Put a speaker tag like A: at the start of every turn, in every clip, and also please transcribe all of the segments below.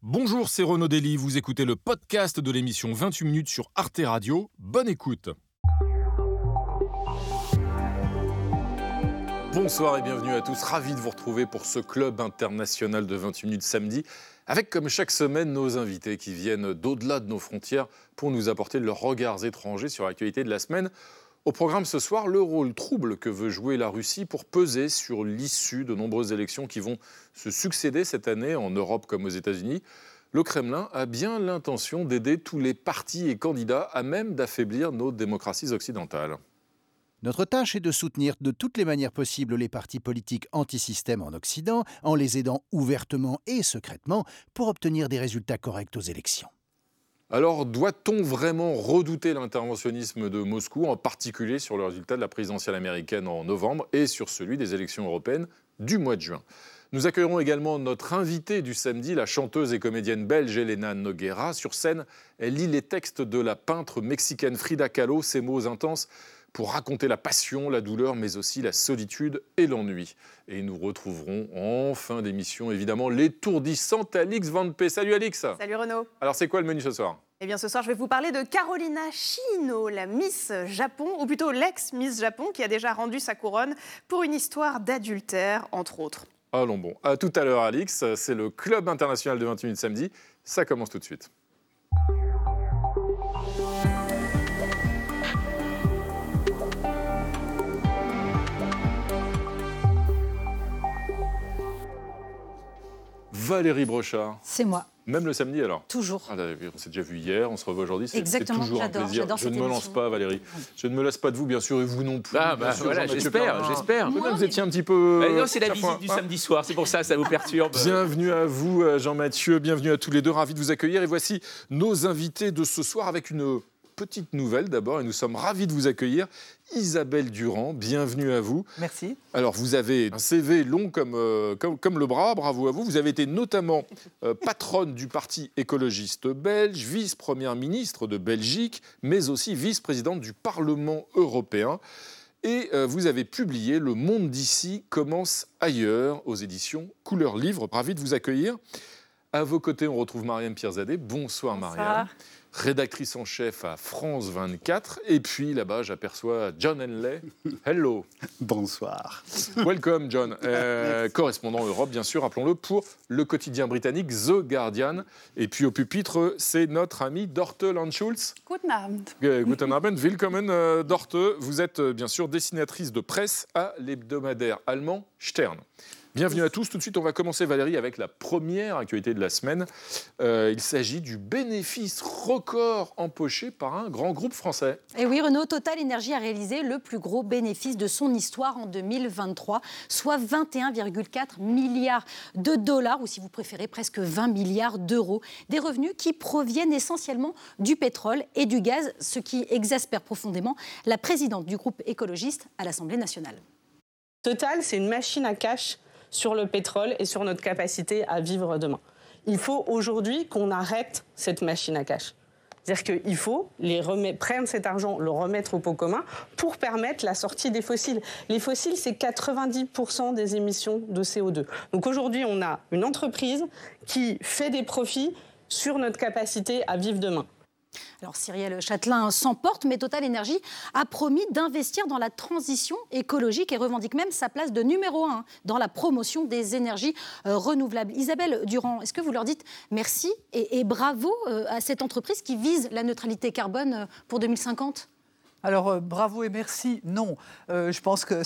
A: Bonjour, c'est Renaud Dely, vous écoutez le podcast de l'émission 28 minutes sur Arte Radio. Bonne écoute. Bonsoir et bienvenue à tous, ravi de vous retrouver pour ce club international de 28 minutes samedi, avec comme chaque semaine nos invités qui viennent d'au-delà de nos frontières pour nous apporter leurs regards étrangers sur l'actualité de la semaine. Au programme ce soir, le rôle trouble que veut jouer la Russie pour peser sur l'issue de nombreuses élections qui vont se succéder cette année en Europe comme aux États-Unis. Le Kremlin a bien l'intention d'aider tous les partis et candidats à même d'affaiblir nos démocraties occidentales.
B: Notre tâche est de soutenir de toutes les manières possibles les partis politiques anti-système en Occident, en les aidant ouvertement et secrètement pour obtenir des résultats corrects aux élections.
A: Alors, doit-on vraiment redouter l'interventionnisme de Moscou, en particulier sur le résultat de la présidentielle américaine en novembre et sur celui des élections européennes du mois de juin ? Nous accueillerons également notre invitée du samedi, la chanteuse et comédienne belge Elena Nogueira. Sur scène, elle lit les textes de la peintre mexicaine Frida Kahlo, ces mots intenses pour raconter la passion, la douleur, mais aussi la solitude et l'ennui. Et nous retrouverons en fin d'émission, évidemment, l'étourdissante Alix Van P. Salut Alix.
C: Salut Renaud.
A: Alors c'est quoi le menu ce soir ?
C: Eh bien ce soir, je vais vous parler de Carolina Chino, la Miss Japon, ou plutôt l'ex-Miss Japon, qui a déjà rendu sa couronne pour une histoire d'adultère, entre autres.
A: Allons bon. À tout à l'heure Alix, c'est le Club international de 28 minutes samedi. Ça commence tout de suite. Valérie Brochard.
D: C'est moi.
A: Même le samedi alors ?
D: Toujours.
A: Ah, on s'est déjà vu hier, on se revoit aujourd'hui, c'est toujours un plaisir.
D: J'adore
A: Je ne me lance pas Valérie, je ne me lasse pas de vous bien sûr et vous non plus.
E: Ah bah voilà, j'espère.
A: Vous étiez un petit peu...
E: Non, c'est la visite du samedi soir, c'est pour ça vous perturbe.
A: Bienvenue à vous Jean-Mathieu, bienvenue à tous les deux, ravis de vous accueillir. Et voici nos invités de ce soir avec une petite nouvelle d'abord, et nous sommes ravis de vous accueillir. Isabelle Durand, bienvenue à vous.
F: Merci.
A: Alors, vous avez un CV long comme le bras, bravo à vous. Vous avez été notamment patronne du Parti écologiste belge, vice-première ministre de Belgique, mais aussi vice-présidente du Parlement européen. Et vous avez publié « Le monde d'ici commence ailleurs » aux éditions Couleur Livre. Ravi de vous accueillir. À vos côtés, on retrouve Mariam Pierzadeh. Bonsoir Mariam. Rédactrice en chef à France 24. Et puis là-bas, j'aperçois John Henley. Hello.
G: Bonsoir.
A: Welcome, John. Correspondant Europe, bien sûr, rappelons-le, pour le quotidien britannique The Guardian. Et puis au pupitre, c'est notre ami Dorte Landschulz.
D: Guten Abend.
A: Guten Abend, willkommen, Dorte. Vous êtes bien sûr dessinatrice de presse à l'hebdomadaire allemand Stern. Bienvenue à tous. Tout de suite, on va commencer, Valérie, avec la première actualité de la semaine. Il s'agit du bénéfice record empoché par un grand groupe français.
D: Et oui, Renaud, Total Energy a réalisé le plus gros bénéfice de son histoire en 2023, soit 21,4 milliards de dollars, ou si vous préférez, presque 20 milliards d'euros. Des revenus qui proviennent essentiellement du pétrole et du gaz, ce qui exaspère profondément la présidente du groupe écologiste à l'Assemblée nationale.
H: Total, c'est une machine à cash sur le pétrole et sur notre capacité à vivre demain. Il faut aujourd'hui qu'on arrête cette machine à cash. C'est-à-dire qu'il faut prendre cet argent, le remettre au pot commun pour permettre la sortie des fossiles. Les fossiles, c'est 90% des émissions de CO2. Donc aujourd'hui, on a une entreprise qui fait des profits sur notre capacité à vivre demain.
D: Alors Cyrielle Châtelain s'emporte, mais Total Energy a promis d'investir dans la transition écologique et revendique même sa place de numéro 1 dans la promotion des énergies renouvelables. Isabelle Durand, est-ce que vous leur dites merci et bravo à cette entreprise qui vise la neutralité carbone pour 2050 ?
F: Alors, bravo et merci, non. Je pense que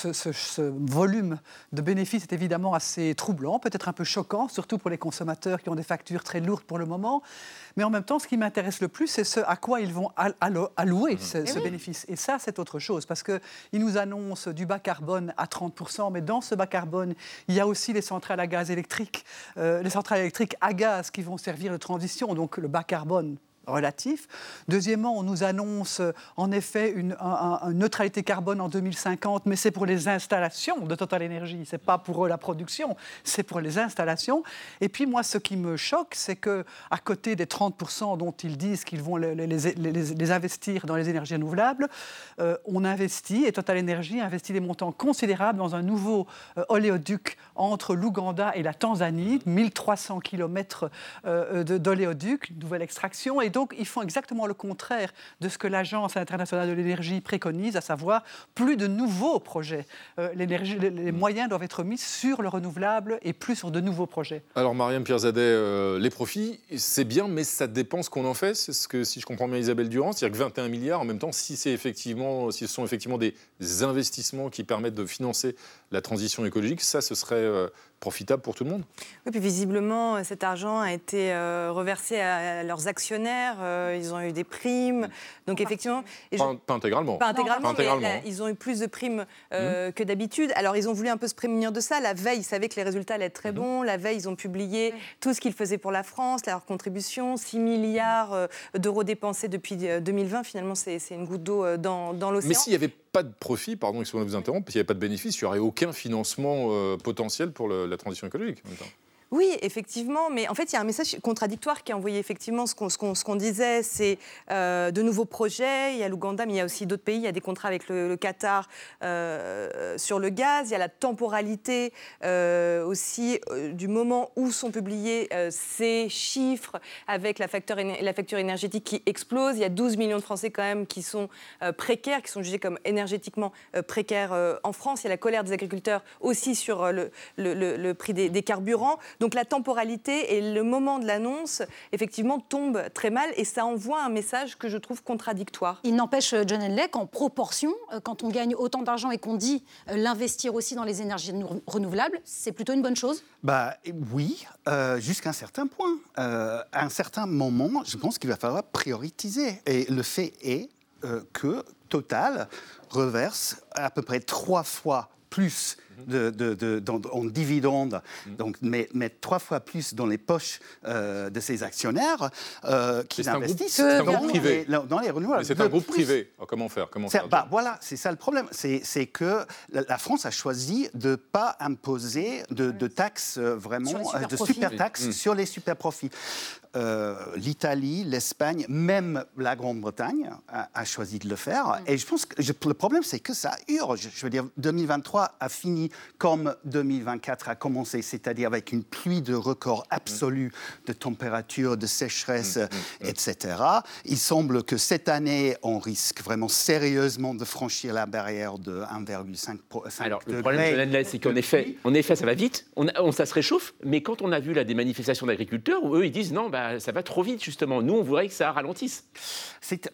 F: ce volume de bénéfices est évidemment assez troublant, peut-être un peu choquant, surtout pour les consommateurs qui ont des factures très lourdes pour le moment. Mais en même temps, ce qui m'intéresse le plus, c'est ce à quoi ils vont allouer ce bénéfice. Et ça, c'est autre chose, parce qu'ils nous annoncent du bas carbone à 30%, mais dans ce bas carbone, il y a aussi les centrales à gaz électriques, les centrales électriques à gaz qui vont servir de transition. Donc, le bas carbone relatif. Deuxièmement, on nous annonce en effet une neutralité carbone en 2050, mais c'est pour les installations de Total Energy, c'est pas pour la production, c'est pour les installations. Et puis moi, ce qui me choque, c'est que à côté des 30% dont ils disent qu'ils vont les investir dans les énergies renouvelables, on investit, et Total Energy investit des montants considérables dans un nouveau oléoduc entre l'Ouganda et la Tanzanie, 1300 km d'oléoduc, une nouvelle extraction. Et donc, ils font exactement le contraire de ce que l'Agence internationale de l'énergie préconise, à savoir plus de nouveaux projets. Les moyens doivent être mis sur le renouvelable et plus sur de nouveaux projets.
A: Alors, Mariam Pierzadeh, les profits, c'est bien, mais ça dépend ce qu'on en fait. C'est ce que, si je comprends bien Isabelle Durand, c'est-à-dire que 21 milliards, en même temps, si ce sont effectivement des investissements qui permettent de financer la transition écologique, ça, ce serait profitable pour tout le monde.
G: Oui, puis visiblement, cet argent a été reversé à leurs actionnaires. Ils ont eu des primes. Donc effectivement...
A: Pas intégralement.
G: Pas intégralement,
A: mais
G: ils ont eu plus de primes que d'habitude. Alors, ils ont voulu un peu se prémunir de ça. La veille, ils savaient que les résultats allaient être très bons. La veille, ils ont publié tout ce qu'ils faisaient pour la France, leur contribution, 6 milliards d'euros dépensés depuis 2020. Finalement, c'est une goutte d'eau dans l'océan.
A: Mais s'il n'y avait pas de profit, pardon, excusez-moi de vous interrompre, s'il n'y avait pas de bénéfice, il n'y aurait aucun financement potentiel pour la transition écologique en même temps.
G: Oui, effectivement, mais en fait, il y a un message contradictoire qui est envoyé. Effectivement, ce qu'on disait, c'est de nouveaux projets. Il y a l'Ouganda, mais il y a aussi d'autres pays. Il y a des contrats avec le Qatar sur le gaz. Il y a la temporalité aussi du moment où sont publiés ces chiffres avec la facture énergétique qui explose. Il y a 12 millions de Français quand même qui sont précaires, qui sont jugés comme énergétiquement précaires en France. Il y a la colère des agriculteurs aussi sur le prix des carburants. Donc la temporalité et le moment de l'annonce, effectivement, tombent très mal et ça envoie un message que je trouve contradictoire.
D: Il n'empêche, John Henley, qu'en proportion, quand on gagne autant d'argent et qu'on dit l'investir aussi dans les énergies renouvelables, c'est plutôt une bonne chose ?
I: Oui, jusqu'à un certain point. À un certain moment, je pense qu'il va falloir prioriser. Et le fait est que Total reverse à peu près 3 fois plus en dividendes, donc, mais 3 fois plus dans les poches de ses actionnaires qui investissent dans les renouvelables.
A: Mais c'est un groupe privé. Alors, comment faire
I: Voilà, c'est ça le problème. C'est que la France a choisi de ne pas imposer de taxes vraiment, de super taxes sur les super profits. L'Italie, l'Espagne, même la Grande-Bretagne a choisi de le faire. Et je pense que le problème, c'est que ça urge. Je veux dire, 2023 a fini comme 2024 a commencé, c'est-à-dire avec une pluie de records absolus de température, de sécheresse, etc. Il semble que cette année, on risque vraiment sérieusement de franchir la barrière de 1,5 degrés.
E: Alors, le problème, c'est qu'en effet, ça va vite, ça se réchauffe, mais quand on a vu des manifestations d'agriculteurs, eux, ils disent non, ça va trop vite, justement. Nous, on voudrait que ça ralentisse.
I: C'est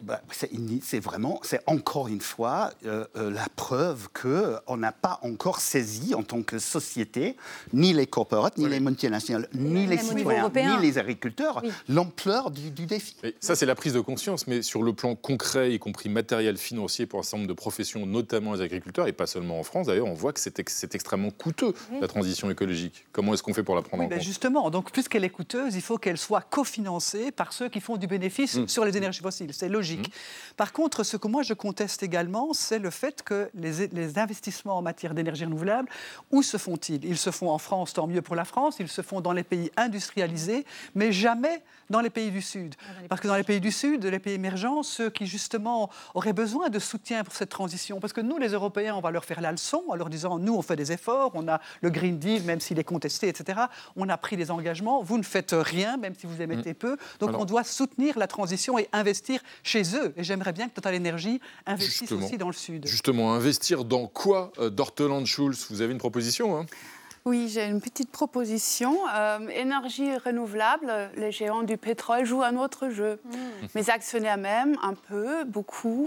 I: encore une fois la preuve qu'on n'a pas encore saisi en tant que société, ni les corporates, ni les multinationales, ni les citoyens, ni les agriculteurs, l'ampleur du défi.
A: Et ça, c'est la prise de conscience, mais sur le plan concret, y compris matériel, financier, pour un certain nombre de professions, notamment les agriculteurs, et pas seulement en France, d'ailleurs, on voit que c'est extrêmement coûteux, la transition écologique. Comment est-ce qu'on fait pour la prendre en compte ?
F: Justement, donc, puisqu'elle est coûteuse, il faut qu'elle soit cofinancée par ceux qui font du bénéfice sur les énergies fossiles. C'est logique. Par contre, ce que moi je conteste également, c'est le fait que les investissements en matière d'énergie renouvelable, où se font-ils ? Ils se font en France, tant mieux pour la France, ils se font dans les pays industrialisés, mais jamais dans les pays du Sud. Parce que dans les pays du Sud, les pays émergents, ceux qui justement auraient besoin de soutien pour cette transition, parce que nous, les Européens, on va leur faire la leçon en leur disant, nous, on fait des efforts, on a le Green Deal, même s'il est contesté, etc. On a pris des engagements, vous ne faites rien, même si vous émettez peu. Donc on doit soutenir la transition et investir chez eux. Et j'aimerais bien que Total Energy investisse aussi dans le Sud.
A: Justement, investir dans quoi, Dorteland Schulz ? Vous avez une proposition, hein ?
J: Oui, j'ai une petite proposition. Énergie renouvelable, les géants du pétrole jouent un autre jeu. Mes actionnaires même, un peu, beaucoup.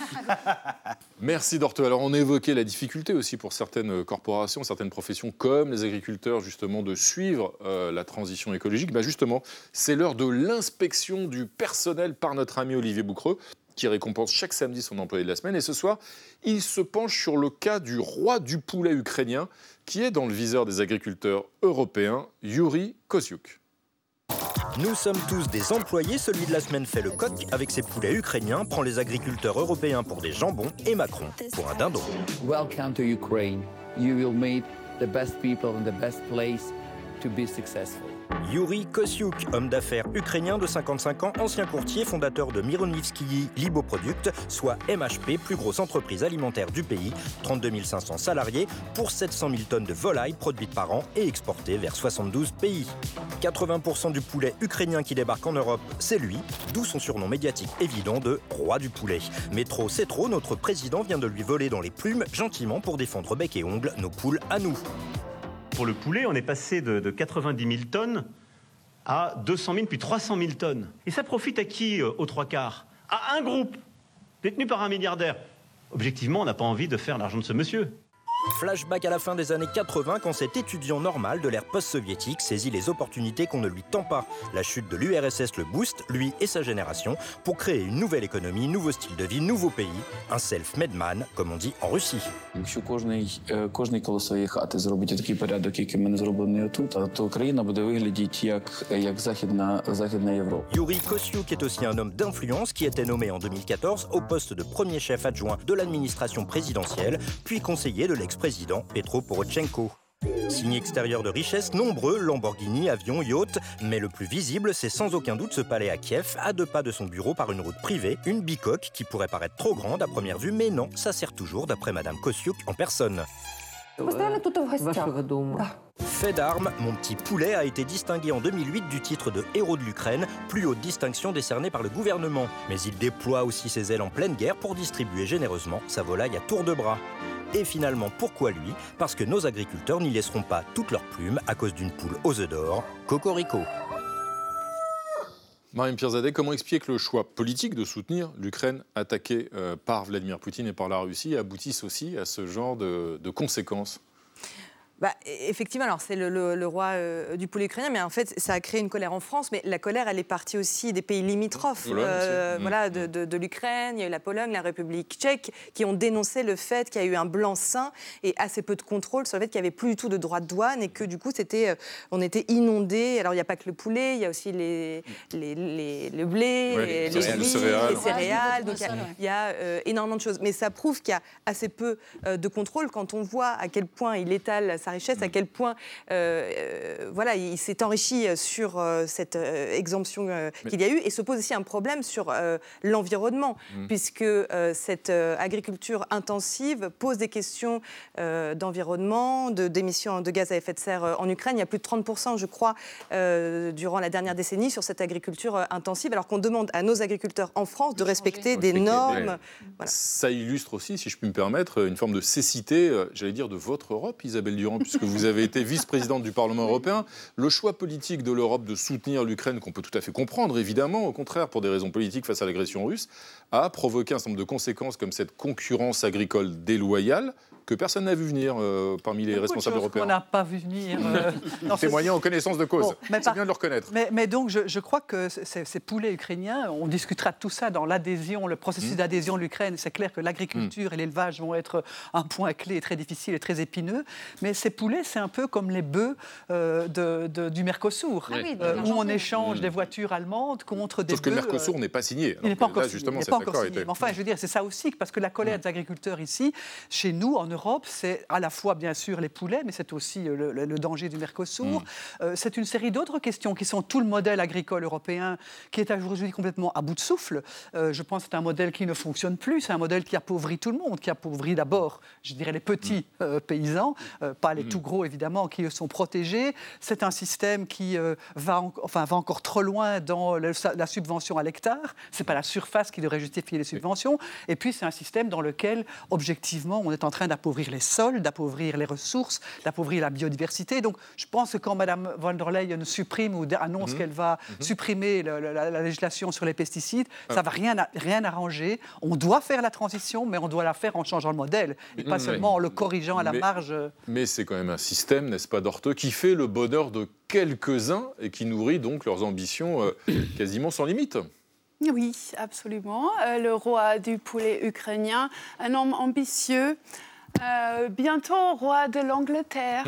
A: Merci Dorte. Alors on a évoqué la difficulté aussi pour certaines corporations, certaines professions comme les agriculteurs justement de suivre la transition écologique. Justement, c'est l'heure de l'inspection du personnel par notre ami Olivier Bouquereux, qui récompense chaque samedi son employé de la semaine. Et ce soir, il se penche sur le cas du roi du poulet ukrainien, qui est dans le viseur des agriculteurs européens, Yuri Koziuk.
K: Nous sommes tous des employés, celui de la semaine fait le coq avec ses poulets ukrainiens, prend les agriculteurs européens pour des jambons et Macron pour un dindon.
L: Welcome to Ukraine. You will meet the best people in the best place to be successful.
K: Yuri Kosyuk, homme d'affaires ukrainien de 55 ans, ancien courtier, fondateur de Mironivsky Liboproduct, soit MHP, plus grosse entreprise alimentaire du pays, 32 500 salariés, pour 700 000 tonnes de volailles produites par an et exportées vers 72 pays. 80% du poulet ukrainien qui débarque en Europe, c'est lui, d'où son surnom médiatique évident de « roi du poulet ». Mais trop, c'est trop, notre président vient de lui voler dans les plumes, gentiment pour défendre bec et ongles nos poules à nous.
M: Pour le poulet, on est passé de 90 000 tonnes à 200 000 puis 300 000 tonnes. Et ça profite à qui, aux trois quarts? À un groupe, détenu par un milliardaire. Objectivement, on n'a pas envie de faire l'argent de ce monsieur.
K: Flashback à la fin des années 80, quand cet étudiant normal de l'ère post-soviétique saisit les opportunités qu'on ne lui tend pas. La chute de l'URSS le booste, lui et sa génération, pour créer une nouvelle économie, nouveau style de vie, nouveau pays. Un self-made man, comme on dit en Russie.
L: Якщо кожний коло своєї хати зробить такий порядок, який ми не зроблені тут, то Україна буде виглядати як Західна Європа.
K: Yuri Kosyuk est aussi un homme d'influence qui était nommé en 2014 au poste de premier chef adjoint de l'administration présidentielle, puis conseiller de l'ex-président Petro Poroshenko. Signe extérieur de richesse, nombreux, Lamborghini, avions, yachts, mais le plus visible, c'est sans aucun doute ce palais à Kiev, à 2 pas de son bureau par une route privée, une bicoque qui pourrait paraître trop grande à première vue, mais non, ça sert toujours d'après Madame Kosyuk en personne. Fait d'armes, mon petit poulet a été distingué en 2008 du titre de héros de l'Ukraine, plus haute distinction décernée par le gouvernement. Mais il déploie aussi ses ailes en pleine guerre pour distribuer généreusement sa volaille à tour de bras. Et finalement, pourquoi lui? Parce que nos agriculteurs n'y laisseront pas toutes leurs plumes à cause d'une poule aux œufs d'or. Cocorico.
A: Mariam Pierzadeh, comment expliquer que le choix politique de soutenir l'Ukraine attaquée par Vladimir Poutine et par la Russie aboutisse aussi à ce genre de conséquences?
G: Effectivement, alors c'est le roi du poulet ukrainien, mais en fait, ça a créé une colère en France. Mais la colère, elle est partie aussi des pays limitrophes de l'Ukraine. Il y a eu la Pologne, la République tchèque, qui ont dénoncé le fait qu'il y a eu un blanc-seing et assez peu de contrôle sur le fait qu'il n'y avait plus du tout de droits de douane et que du coup, on était inondés. Alors, il n'y a pas que le poulet, il y a aussi le blé, les céréales. Donc, il y a énormément de choses. Mais ça prouve qu'il y a assez peu de contrôle quand on voit à quel point il étale sa richesse, à quel point il s'est enrichi sur cette exemption qu'il y a eu, et se pose aussi un problème sur l'environnement, puisque cette agriculture intensive pose des questions d'environnement, d'émissions de gaz à effet de serre en Ukraine. Il y a plus de 30%, je crois, durant la dernière décennie sur cette agriculture intensive, alors qu'on demande à nos agriculteurs en France de respecter des normes.
A: Voilà. Ça illustre aussi, si je puis me permettre, une forme de cécité, j'allais dire, de votre Europe, Isabelle Durand, puisque vous avez été vice-présidente du Parlement européen. Le choix politique de l'Europe de soutenir l'Ukraine, qu'on peut tout à fait comprendre, évidemment, au contraire, pour des raisons politiques face à l'agression russe, a provoqué un certain nombre de conséquences comme cette concurrence agricole déloyale que personne n'a vu venir parmi les responsables européens.
F: On n'a pas vu venir.
A: Témoignant en connaissance de cause. Bon, c'est bien de le reconnaître.
F: Mais donc, je crois que ces poulets ukrainiens, on discutera de tout ça dans l'adhésion, le processus d'adhésion de l'Ukraine. C'est clair que l'agriculture et l'élevage vont être un point clé très difficile et très épineux. Mais ces poulets, c'est un peu comme les bœufs du Mercosur, où on échange des voitures allemandes contre des bœufs.
A: Sauf que le Mercosur n'est pas signé.
F: Il n'est pas encore signé. Mais enfin, je veux dire, c'est ça aussi, parce que la colère des agriculteurs ici, chez nous, en Europe, c'est à la fois, bien sûr, les poulets, mais c'est aussi le danger du Mercosur. C'est une série d'autres questions qui sont tout le modèle agricole européen qui est aujourd'hui complètement à bout de souffle. Je pense que c'est un modèle qui ne fonctionne plus. C'est un modèle qui appauvrit tout le monde, qui appauvrit d'abord, je dirais, les petits paysans, pas les tout gros, évidemment, qui sont protégés. C'est un système qui va encore trop loin dans la subvention à l'hectare. Ce n'est pas la surface qui devrait justifier les subventions. Et puis, c'est un système dans lequel, objectivement, on est en train d'appauvrir les sols, d'appauvrir les ressources, d'appauvrir la biodiversité. Donc, je pense que quand Mme von der Leyen supprime ou annonce qu'elle va supprimer la législation sur les pesticides, ça ne va rien arranger. On doit faire la transition, mais on doit la faire en changeant le modèle et pas seulement en le corrigeant à la marge.
A: Mais c'est quand même un système, n'est-ce pas, d'orteux, qui fait le bonheur de quelques-uns et qui nourrit donc leurs ambitions quasiment sans limite.
J: Oui, absolument. Le roi du poulet ukrainien, un homme ambitieux, Bientôt roi de l'Angleterre.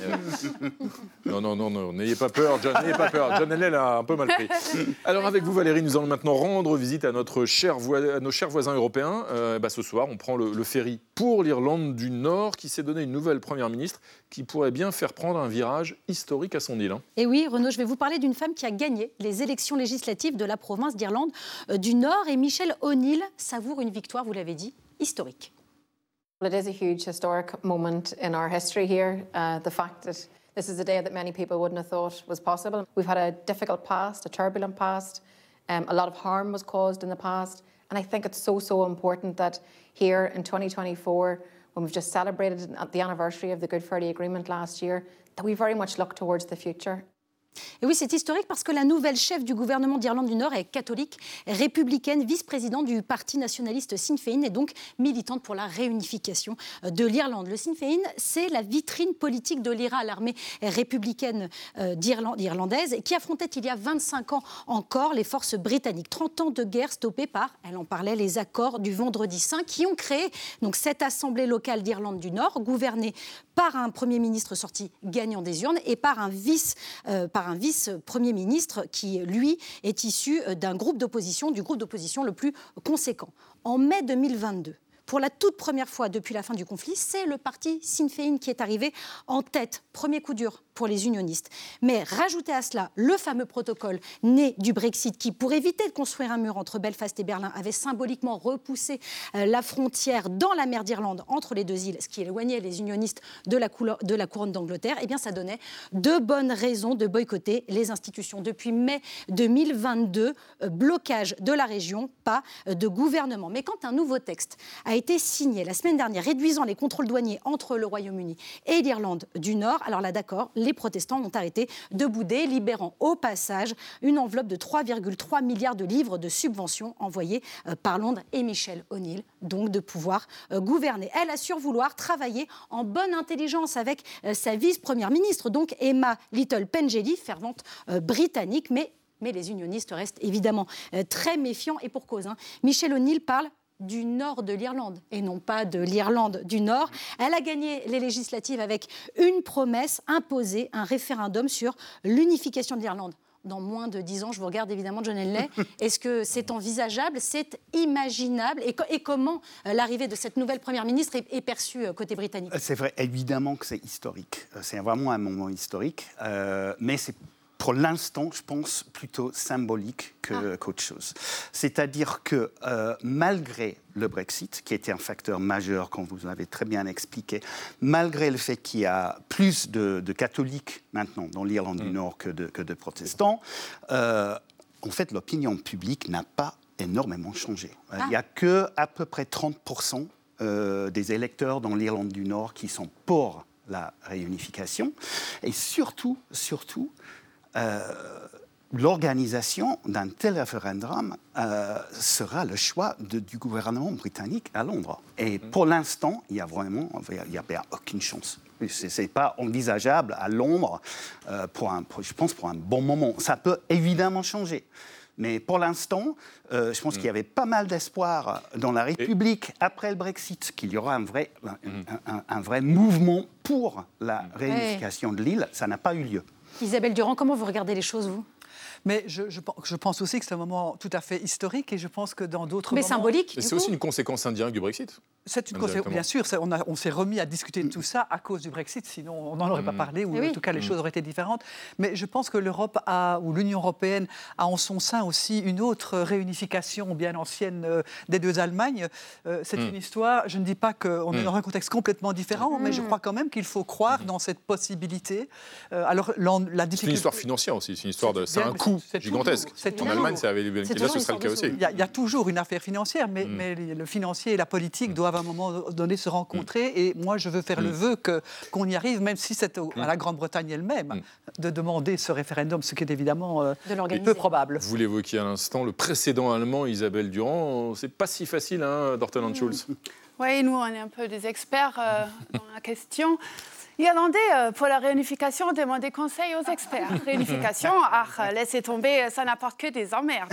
A: Non, n'ayez pas peur, John, n'ayez pas peur. John Hennel a un peu mal pris. Alors avec vous, Valérie, nous allons maintenant rendre visite à nos chers voisins européens. Ce soir, on prend le ferry pour l'Irlande du Nord, qui s'est donné une nouvelle première ministre qui pourrait bien faire prendre un virage historique à son île.
D: Et oui, Renaud, je vais vous parler d'une femme qui a gagné les élections législatives de la province d'Irlande du Nord. Et Michelle O'Neill savoure une victoire, vous l'avez dit, historique.
N: It is a huge historic moment in our history here. The fact that this is a day that many people wouldn't have thought was possible. We've had a difficult past, a turbulent past. A lot of harm was caused in the past. And I think it's so important that here in 2024, when we've just celebrated the anniversary of the Good Friday Agreement last year, that we very much look towards the future.
D: Et oui, c'est historique parce que la nouvelle chef du gouvernement d'Irlande du Nord est catholique, républicaine, vice-présidente du parti nationaliste Sinn Féin et donc militante pour la réunification de l'Irlande. Le Sinn Féin, c'est la vitrine politique de l'IRA, l'armée républicaine irlandaise, qui affrontait il y a 25 ans encore les forces britanniques. 30 ans de guerre stoppée par, elle en parlait, les accords du Vendredi Saint qui ont créé donc, cette assemblée locale d'Irlande du Nord, gouvernée par un Premier ministre sorti gagnant des urnes et par un vice-premier ministre qui, lui, est issu d'un groupe d'opposition, du groupe d'opposition le plus conséquent. En mai 2022, pour la toute première fois depuis la fin du conflit, c'est le parti Sinn Féin qui est arrivé en tête. Premier coup dur pour les unionistes. Mais rajoutez à cela le fameux protocole né du Brexit qui, pour éviter de construire un mur entre Belfast et Berlin, avait symboliquement repoussé la frontière dans la mer d'Irlande entre les deux îles, ce qui éloignait les unionistes de la couronne d'Angleterre. Eh bien, ça donnait de bonnes raisons de boycotter les institutions. Depuis mai 2022, blocage de la région, pas de gouvernement. Mais quand un nouveau texte a été signé la semaine dernière, réduisant les contrôles douaniers entre le Royaume-Uni et l'Irlande du Nord, alors là, d'accord, les protestants ont arrêté de bouder, libérant au passage une enveloppe de 3,3 milliards de livres de subventions envoyées par Londres et Michelle O'Neill, donc de pouvoir gouverner. Elle assure vouloir travailler en bonne intelligence avec sa vice-première ministre, donc Emma Little-Pengelly, fervente britannique, mais les unionistes restent évidemment très méfiants et pour cause. Michelle O'Neill parle du nord de l'Irlande et non pas de l'Irlande du Nord. Elle a gagné les législatives avec une promesse, imposer un référendum sur l'unification de l'Irlande. Dans moins de 10 ans, je vous regarde évidemment, John Henley. Est-ce que c'est envisageable, c'est imaginable et comment l'arrivée de cette nouvelle première ministre est perçue côté britannique?
I: C'est vrai, évidemment que c'est historique. C'est vraiment un moment historique, mais c'est pour l'instant, je pense, plutôt symbolique qu'autre chose. C'est-à-dire que malgré le Brexit, qui était un facteur majeur, comme vous l'avez très bien expliqué, malgré le fait qu'il y a plus de catholiques maintenant dans l'Irlande du Nord que de protestants, en fait, l'opinion publique n'a pas énormément changé. Il n'y a qu'à peu près 30% des électeurs dans l'Irlande du Nord qui sont pour la réunification. Et surtout, l'organisation d'un tel référendum sera le choix du gouvernement britannique à Londres. Et pour l'instant, il n'y a aucune chance. Ce n'est pas envisageable à Londres, je pense, pour un bon moment. Ça peut évidemment changer. Mais pour l'instant, je pense qu'il y avait pas mal d'espoir dans la République après le Brexit, qu'il y aura un vrai mouvement pour la réunification de l'île. Ça n'a pas eu lieu.
D: Isabelle Durand, comment vous regardez les choses, vous ?
F: Mais je pense aussi que c'est un moment tout à fait historique et je pense que dans d'autres
D: moments...
F: Mais
D: symbolique,
A: c'est aussi une conséquence indirecte du Brexit.
F: C'est une conséquence, bien sûr. On s'est remis à discuter de tout ça à cause du Brexit, sinon on n'en aurait pas parlé, ou en tout cas les choses auraient été différentes. Mais je pense que l'Europe ou l'Union européenne a en son sein aussi une autre réunification bien ancienne des deux Allemagnes. C'est une histoire, je ne dis pas qu'on est dans un contexte complètement différent, mais je crois quand même qu'il faut croire dans cette possibilité. Alors, la difficulté...
A: C'est une histoire financière aussi, c'est un coût gigantesque. En Allemagne, là, ce sera le cas aussi.
F: Il y a toujours une affaire financière, mais le financier et la politique doivent à un moment donné se rencontrer. Et moi, je veux faire le vœu qu'on y arrive, même si c'est à la Grande-Bretagne elle-même de demander ce référendum, ce qui est évidemment peu probable.
A: Vous l'évoquiez à l'instant, le précédent allemand, Isabelle Durand, c'est pas si facile, Dortmund Schulz.
J: Oui, nous, on est un peu des experts dans la question. Irlandais, pour la réunification, demandez conseil aux experts. Réunification, laissez tomber, ça n'apporte que des emmerdes.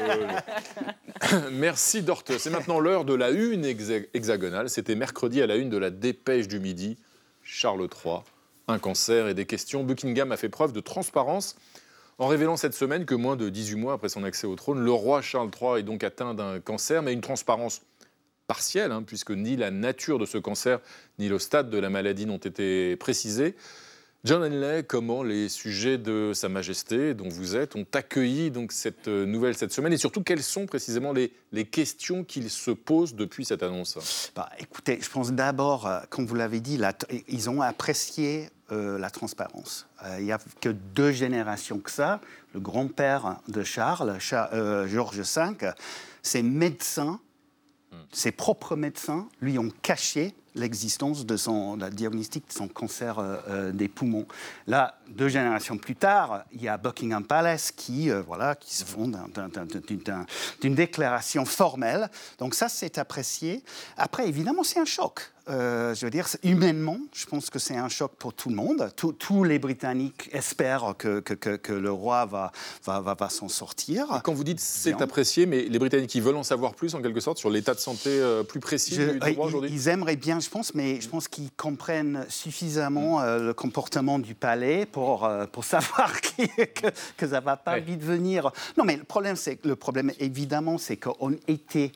A: Merci Dorte. C'est maintenant l'heure de la une hexagonale. C'était mercredi à la une de la Dépêche du Midi. Charles III, un cancer et des questions. Buckingham a fait preuve de transparence en révélant cette semaine que moins de 18 mois après son accès au trône, le roi Charles III est donc atteint d'un cancer, mais une transparence partielle, puisque ni la nature de ce cancer, ni le stade de la maladie n'ont été précisés. John Henley, comment les sujets de Sa Majesté, dont vous êtes, ont accueilli donc cette nouvelle cette semaine, et surtout quelles sont précisément les questions qu'ils se posent depuis cette annonce?
I: Écoutez, je pense d'abord, comme vous l'avez dit, ils ont apprécié la transparence. Il n'y a que 2 générations que ça. Le grand-père de Charles, Georges V, ses médecins, ses propres médecins, lui ont caché l'existence de la diagnostic de son cancer des poumons. Là, 2 générations plus tard, il y a Buckingham Palace qui se fonde d'une déclaration formelle. Donc ça, c'est apprécié. Après, évidemment, c'est un choc. Je veux dire, humainement, je pense que c'est un choc pour tout le monde. Tous les Britanniques espèrent que le roi va s'en sortir.
A: Et quand vous dites c'est apprécié, mais les Britanniques, ils veulent en savoir plus, en quelque sorte, sur l'état de santé plus précis du roi aujourd'hui?
I: Ils aimeraient bien, je pense, mais je pense qu'ils comprennent suffisamment le comportement du palais pour savoir que ça ne va pas vite venir. Non, mais le problème évidemment, c'est qu'on était...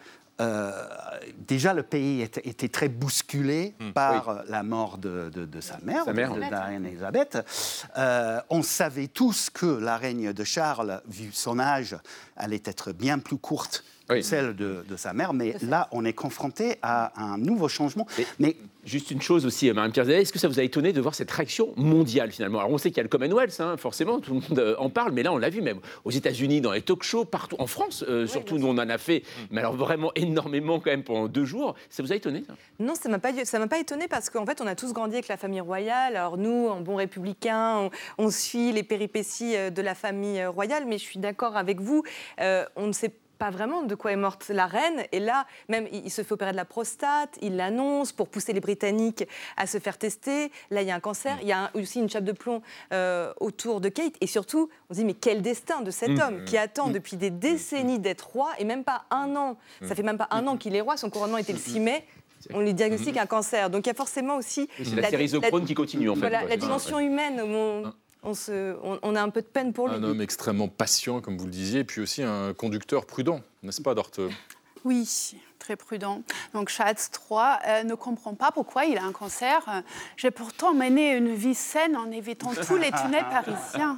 I: déjà, le pays était très bousculé par la mort de sa mère, de la reine Elisabeth. On savait tous que la règne de Charles, vu son âge, allait être bien plus courte que celle de sa mère. Mais là, on est confronté à un nouveau changement. Mais
E: juste une chose aussi, Marine Pierre-Zélet, est-ce que ça vous a étonné de voir cette réaction mondiale finalement? Alors on sait qu'il y a le Commonwealth, forcément, tout le monde en parle, mais là on l'a vu même aux États-Unis, dans les talk-shows, partout, en France, surtout nous on en a fait, mais alors vraiment énormément quand même pendant 2 jours. Ça vous a étonné ça?
G: Non, ça m'a pas étonné parce qu'en fait on a tous grandi avec la famille royale. Alors nous, en bons républicains, on suit les péripéties de la famille royale, mais je suis d'accord avec vous, on ne sait pas vraiment de quoi est morte la reine. Et là, même, il se fait opérer de la prostate, il l'annonce pour pousser les Britanniques à se faire tester. Là, il y a un cancer, il y a aussi une chape de plomb autour de Kate. Et surtout, on se dit, mais quel destin de cet homme qui attend depuis des décennies d'être roi, et même pas 1 an. Ça fait même pas 1 an qu'il est roi, son couronnement était le 6 mai. On lui diagnostique un cancer. Donc il y a forcément aussi...
E: C'est la série The Crown qui continue, en fait.
G: Voilà, la dimension humaine... On a un peu de peine pour lui.
A: Un homme extrêmement patient, comme vous le disiez, et puis aussi un conducteur prudent, n'est-ce pas, Dorte?
J: Oui, très prudent. Donc Charles III ne comprend pas pourquoi il a un cancer. J'ai pourtant mené une vie saine en évitant tous les tunnels parisiens.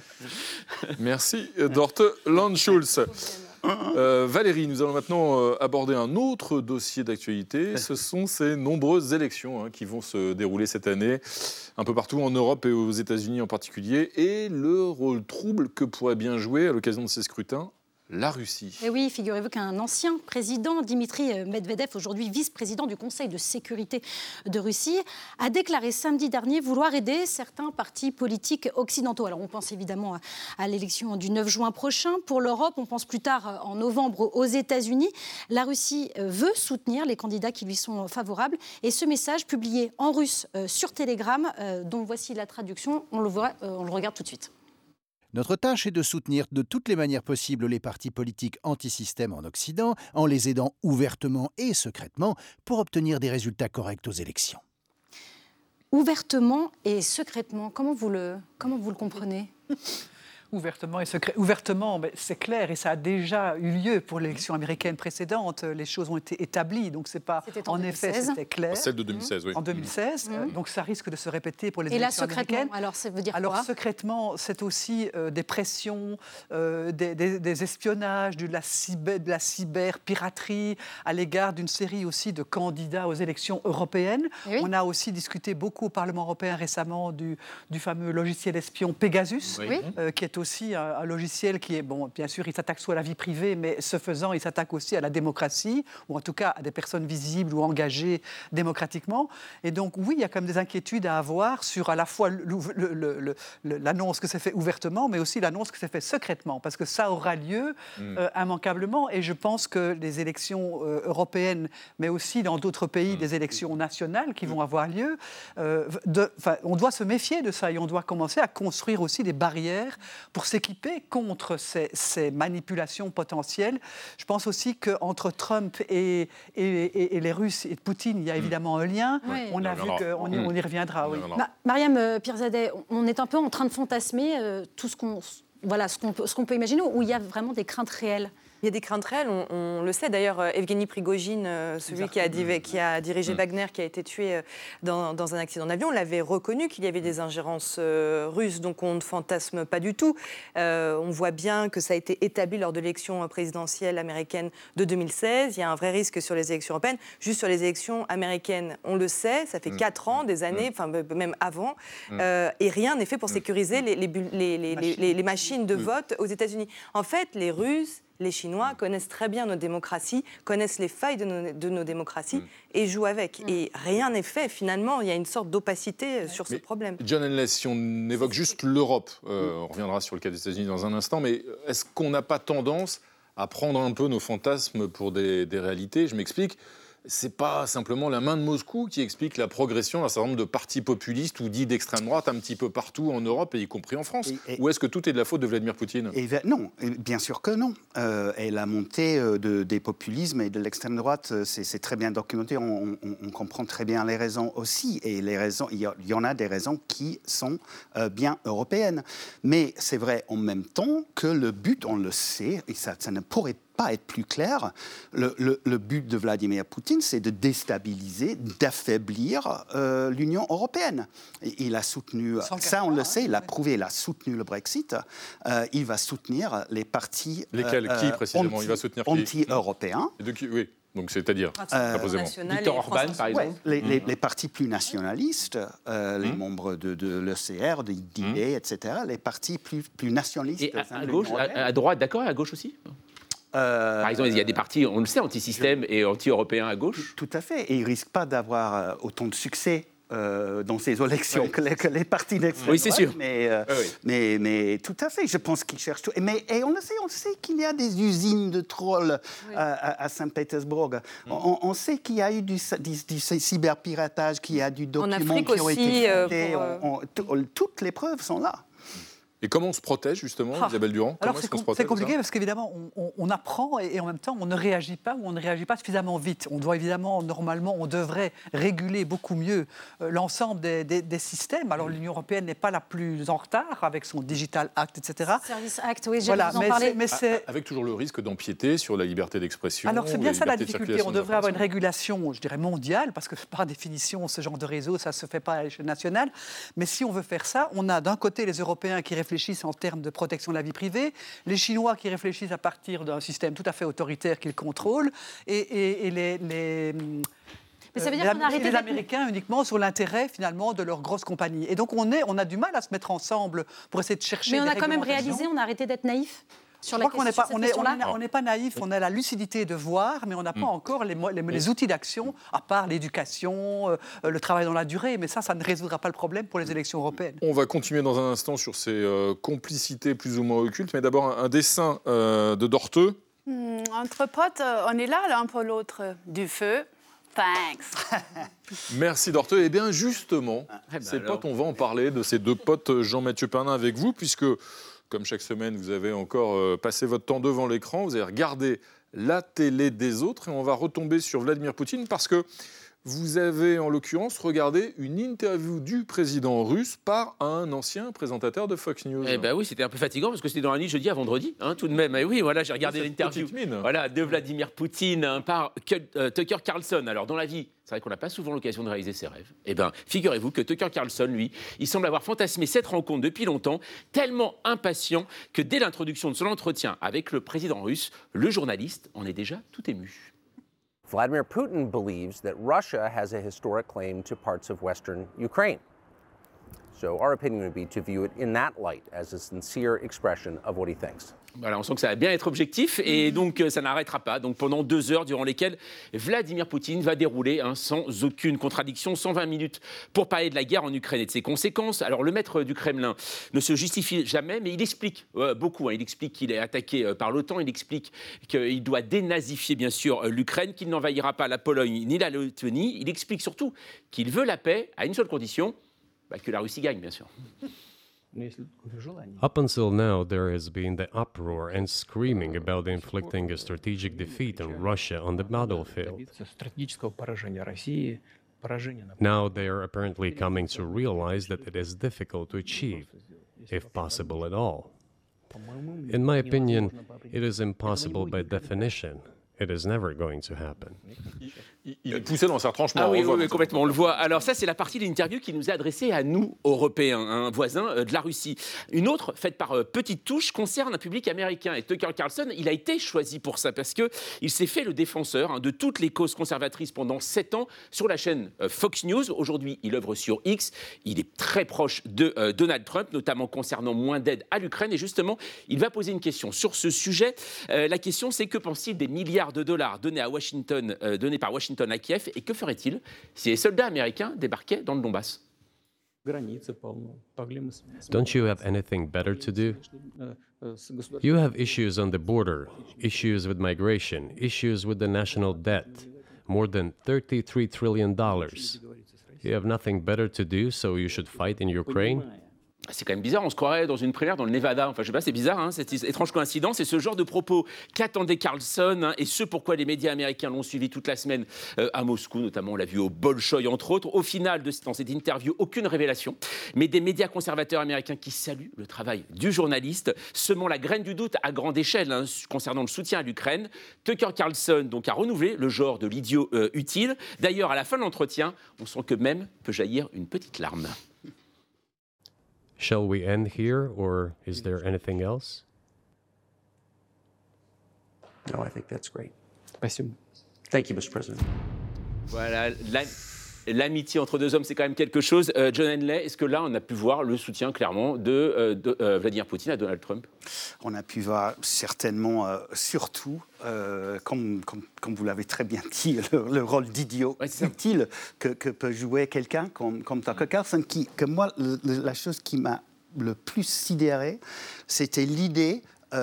A: Merci, Dorte Landschulz. Valérie, nous allons maintenant aborder un autre dossier d'actualité. Ce sont ces nombreuses élections qui vont se dérouler cette année, un peu partout en Europe et aux États-Unis en particulier, et le rôle trouble que pourrait bien jouer à l'occasion de ces scrutins la Russie.
D: Et oui, figurez-vous qu'un ancien président, Dimitri Medvedev, aujourd'hui vice-président du Conseil de sécurité de Russie, a déclaré samedi dernier vouloir aider certains partis politiques occidentaux. Alors on pense évidemment à l'élection du 9 juin prochain. Pour l'Europe, on pense plus tard en novembre aux États-Unis. La Russie veut soutenir les candidats qui lui sont favorables. Et ce message publié en russe sur Telegram, dont voici la traduction, on le regarde tout de suite.
B: Notre tâche est de soutenir de toutes les manières possibles les partis politiques anti-système en Occident, en les aidant ouvertement et secrètement pour obtenir des résultats corrects aux élections.
D: Ouvertement et secrètement, comment vous le comprenez ?
F: Ouvertement et secret. Ouvertement, c'est clair, et ça a déjà eu lieu pour l'élection américaine précédente. Les choses ont été établies, donc c'est pas. En effet, c'était clair.
A: Celle de 2016, oui.
F: En 2016, donc ça risque de se répéter pour les élections américaines.
D: Alors ça veut dire
F: quoi ?
D: Alors
F: secrètement, c'est aussi des pressions, des espionnages, de la cyberpiraterie à l'égard d'une série aussi de candidats aux élections européennes. Oui. On a aussi discuté beaucoup au Parlement européen récemment du fameux logiciel espion Pegasus, qui est aussi un logiciel qui est, bon, bien sûr, il s'attaque soit à la vie privée, mais ce faisant, il s'attaque aussi à la démocratie, ou en tout cas à des personnes visibles ou engagées démocratiquement. Et donc, oui, il y a quand même des inquiétudes à avoir sur à la fois l'annonce que c'est fait ouvertement, mais aussi l'annonce que c'est fait secrètement, parce que ça aura lieu immanquablement. Et je pense que les élections européennes, mais aussi dans d'autres pays, des élections nationales qui vont avoir lieu, on doit se méfier de ça et on doit commencer à construire aussi des barrières pour s'équiper contre ces manipulations potentielles. Je pense aussi qu'entre Trump et les Russes et Poutine, il y a évidemment un lien.
D: Oui.
F: On a vu qu'on y reviendra. Oui.
D: Mariam Pirzadeh, on est un peu en train de fantasmer tout ce qu'on peut imaginer, où il y a vraiment des craintes réelles.
G: Il y a des craintes réelles, on le sait. D'ailleurs, Evgeny Prigojine, celui qui a dirigé Wagner, qui a été tué dans un accident d'avion, l'avait reconnu qu'il y avait des ingérences russes, donc on ne fantasme pas du tout. On voit bien que ça a été établi lors de l'élection présidentielle américaine de 2016. Il y a un vrai risque sur les élections européennes. Juste sur les élections américaines, on le sait, ça fait 4 ans, des années, enfin même avant, et rien n'est fait pour sécuriser les machines de vote aux États-Unis. En fait, les Russes, les Chinois connaissent très bien nos démocraties, connaissent les failles de nos démocraties et jouent avec. Et rien n'est fait. Finalement, il y a une sorte d'opacité sur ce problème.
A: John Endless, si on évoque juste l'Europe, on reviendra sur le cas des États-Unis dans un instant, mais est-ce qu'on n'a pas tendance à prendre un peu nos fantasmes pour des réalités ? Je m'explique. C'est pas simplement la main de Moscou qui explique la progression d'un certain nombre de partis populistes ou dits d'extrême droite un petit peu partout en Europe, et y compris en France. Ou est-ce que tout est de la faute de Vladimir Poutine ?
I: Non, bien sûr que non. Et la montée des populismes et de l'extrême droite, c'est très bien documenté. On comprend très bien les raisons aussi. Et les raisons, il y en a des raisons qui sont bien européennes. Mais c'est vrai en même temps que le but, on le sait, et ça ne pourrait pas être plus clair, le but de Vladimir Poutine, c'est de déstabiliser, d'affaiblir l'Union européenne. Et il a soutenu, ça on le sait, il a prouvé, il a soutenu le Brexit, il va soutenir les partis
A: qui précisément il va soutenir
I: anti-européens.
A: Oui. Donc, c'est-à-dire,
E: Viktor Orban, par exemple.
I: Les partis plus nationalistes, les membres de l'ECR, de l'IDE, etc., les partis plus nationalistes.
E: Et à gauche, à droite, d'accord, et à gauche aussi ? Par exemple, il y a des partis, on le sait, anti-système et anti-européens à gauche.
I: Tout à fait. Et ils ne risquent pas d'avoir autant de succès dans ces élections que les partis d'extrême droite.
E: Oui, c'est sûr.
I: Mais tout à fait, je pense qu'ils cherchent tout. Et on le sait qu'il y a des usines de trolls à Saint-Pétersbourg. On sait qu'il y a eu du cyberpiratage, qu'il y a du document qui ont été fondés. Toutes les preuves sont là.
A: Et comment on se protège, justement, Isabelle Durand ?
F: Alors, c'est compliqué parce qu'évidemment, on apprend et en même temps, on ne réagit pas ou on ne réagit pas suffisamment vite. On doit évidemment, normalement, on devrait réguler beaucoup mieux l'ensemble des systèmes. Alors, l'Union européenne n'est pas la plus en retard avec son Digital Act, etc.
D: Service Act, oui,
F: voilà,
D: vous en parler.
A: Avec toujours le risque d'empiéter sur la liberté d'expression.
F: Alors, c'est bien ça la difficulté. On devrait avoir une régulation, je dirais, mondiale, parce que par définition, ce genre de réseau, ça ne se fait pas à l'échelle nationale. Mais si on veut faire ça, on a d'un côté les Européens qui réfléchissent en termes de protection de la vie privée, les Chinois qui réfléchissent à partir d'un système tout à fait autoritaire qu'ils contrôlent, et les Américains uniquement sur l'intérêt finalement de leurs grosses compagnies. Et donc on a du mal à se mettre ensemble pour essayer de chercher.
D: Mais on a quand même réalisé, on a arrêté d'être naïf.
F: Je crois qu'on n'est pas naïf, on a la lucidité de voir, mais on n'a pas encore les outils d'action, à part l'éducation, le travail dans la durée, mais ça ne résoudra pas le problème pour les élections européennes.
A: On va continuer dans un instant sur ces complicités plus ou moins occultes, mais d'abord un dessin de Dorteux.
J: Entre potes, on est là l'un pour l'autre, du feu. Thanks.
A: Merci Dorteux. Eh bien justement, ces potes, on va en parler de ces deux potes Jean-Mathieu Pernin avec vous, puisque comme chaque semaine, vous avez encore passé votre temps devant l'écran, vous avez regardé la télé des autres et on va retomber sur Vladimir Poutine parce que vous avez en l'occurrence regardé une interview du président russe par un ancien présentateur de Fox News.
E: Eh ben oui, c'était un peu fatigant parce que c'était dans la nuit jeudi à vendredi, tout de même. Et oui, voilà, j'ai regardé l'interview de Vladimir Poutine par Tucker Carlson. Alors dans la vie, c'est vrai qu'on n'a pas souvent l'occasion de réaliser ses rêves. Eh bien, figurez-vous que Tucker Carlson, lui, il semble avoir fantasmé cette rencontre depuis longtemps, tellement impatient que dès l'introduction de son entretien avec le président russe, le journaliste en est déjà tout ému.
O: Vladimir Putin believes that Russia has a historic claim to parts of western Ukraine. So our opinion would be to view it in that light, as a sincere expression of what he thinks.
E: Voilà, on sent que ça va bien être objectif et donc ça n'arrêtera pas. Donc pendant 2 heures durant lesquelles Vladimir Poutine va dérouler sans aucune contradiction, 120 minutes pour parler de la guerre en Ukraine et de ses conséquences. Alors le maître du Kremlin ne se justifie jamais, mais il explique beaucoup. Il explique qu'il est attaqué par l'OTAN, il explique qu'il doit dénazifier bien sûr l'Ukraine, qu'il n'envahira pas la Pologne ni la Lettonie. Il explique surtout qu'il veut la paix à une seule condition, que la Russie gagne bien sûr.
P: Up until now, there has been the uproar and screaming about inflicting a strategic defeat on Russia on the battlefield. Now they are apparently coming to realize that it is difficult to achieve, if possible at all. In my opinion, it is impossible by definition. It is never going to happen.
A: Il est poussé dans sa retranchement.
E: Ah oui, complètement, on le voit. Alors ça, c'est la partie de l'interview qui nous est adressée à nous, Européens, un voisin de la Russie. Une autre, faite par petite touche, concerne un public américain. Et Tucker Carlson, il a été choisi pour ça, parce qu'il s'est fait le défenseur de toutes les causes conservatrices pendant 7 ans sur la chaîne Fox News. Aujourd'hui, il œuvre sur X. Il est très proche de Donald Trump, notamment concernant moins d'aide à l'Ukraine. Et justement, il va poser une question sur ce sujet. La question, c'est que pense-t-il des milliards de dollars donnés par Washington à Kiev, et que ferait-il si les soldats américains débarquaient dans le Donbass?
P: Don't you have anything better to do? You have issues on the border, issues with migration, issues with the national debt, more than $33 trillion. You have nothing better to do, so you should fight in Ukraine?
E: C'est quand même bizarre, on se croirait dans une primaire dans le Nevada. Enfin, je sais pas, c'est bizarre, cette étrange coïncidence. Et ce genre de propos qu'attendait Carlson, et ce pourquoi les médias américains l'ont suivi toute la semaine à Moscou, notamment on l'a vu au Bolchoï, entre autres. Au final, dans cette interview, aucune révélation, mais des médias conservateurs américains qui saluent le travail du journaliste, semant la graine du doute à grande échelle concernant le soutien à l'Ukraine. Tucker Carlson donc a renouvelé le genre de l'idiot utile. D'ailleurs, à la fin de l'entretien, on sent que même peut jaillir une petite larme.
P: Shall we end here, or is there anything else?
O: No, I think that's great. Thank you, Mr. President.
E: Voilà, l'amitié entre deux hommes, c'est quand même quelque chose. John Henley, est-ce que là, on a pu voir le soutien clairement de Vladimir Poutine à Donald Trump?
I: On a pu voir certainement, surtout, comme vous l'avez très bien dit, le rôle d'idiot utile que peut jouer quelqu'un comme Tucker Carlson, que moi, la chose qui m'a le plus sidéré, c'était l'idée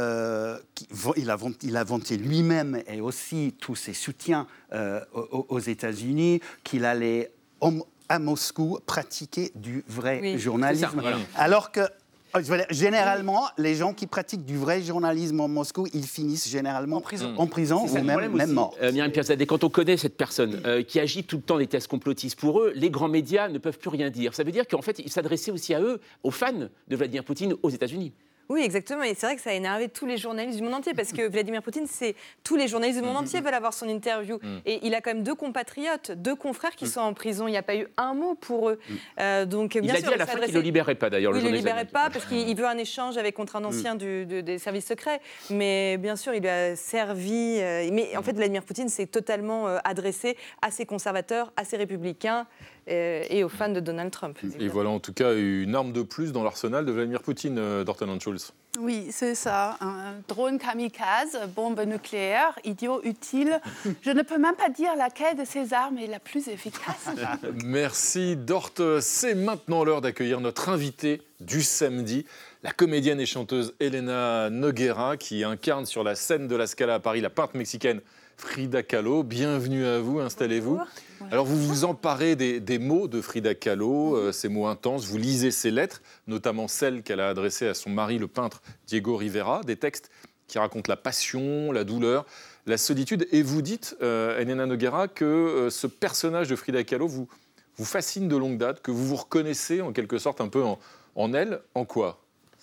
I: il a vanté lui-même et aussi tous ses soutiens aux États-Unis qu'il allait à Moscou pratiquer du vrai journalisme. Ça, voilà. Alors que généralement, les gens qui pratiquent du vrai journalisme en Moscou, ils finissent généralement en prison ou même morts.
E: Myriam Pierzadeh, quand on connaît cette personne qui agit tout le temps des thèses complotistes, pour eux, les grands médias ne peuvent plus rien dire. Ça veut dire qu'en fait, ils s'adressaient aussi à eux, aux fans de Vladimir Poutine aux États-Unis.
G: Oui, exactement. Et c'est vrai que ça a énervé tous les journalistes du monde entier parce que Vladimir Poutine, tous les journalistes du monde entier veulent avoir son interview. Et il a quand même 2 compatriotes, 2 confrères qui sont en prison. Il n'y a pas eu un mot pour eux. Donc,
E: il a dit à la fin qu'il ne le libérait pas, d'ailleurs.
G: Oui, il ne le libérait pas parce qu'il veut un échange contre un ancien des services secrets. Mais bien sûr, il lui a servi. Mais en fait, Vladimir Poutine s'est totalement adressé à ses conservateurs, à ses républicains et aux fans de Donald Trump.
A: Et voilà en tout cas une arme de plus dans l'arsenal de Vladimir Poutine, Dortmund Schulz.
J: Oui, c'est ça. Un drone kamikaze, bombe nucléaire, idiot utile. Je ne peux même pas dire laquelle de ces armes est la plus efficace.
A: Merci Dort. C'est maintenant l'heure d'accueillir notre invitée du samedi, la comédienne et chanteuse Elena Noguera, qui incarne sur la scène de la Scala à Paris la peintre mexicaine Frida Kahlo. Bienvenue à vous, installez-vous. Alors vous vous emparez des mots de Frida Kahlo, ces mots intenses, vous lisez ses lettres, notamment celles qu'elle a adressées à son mari, le peintre Diego Rivera, des textes qui racontent la passion, la douleur, la solitude, et vous dites, Elena Noguera, que ce personnage de Frida Kahlo vous fascine de longue date, que vous vous reconnaissez en quelque sorte un peu en elle, en quoi ?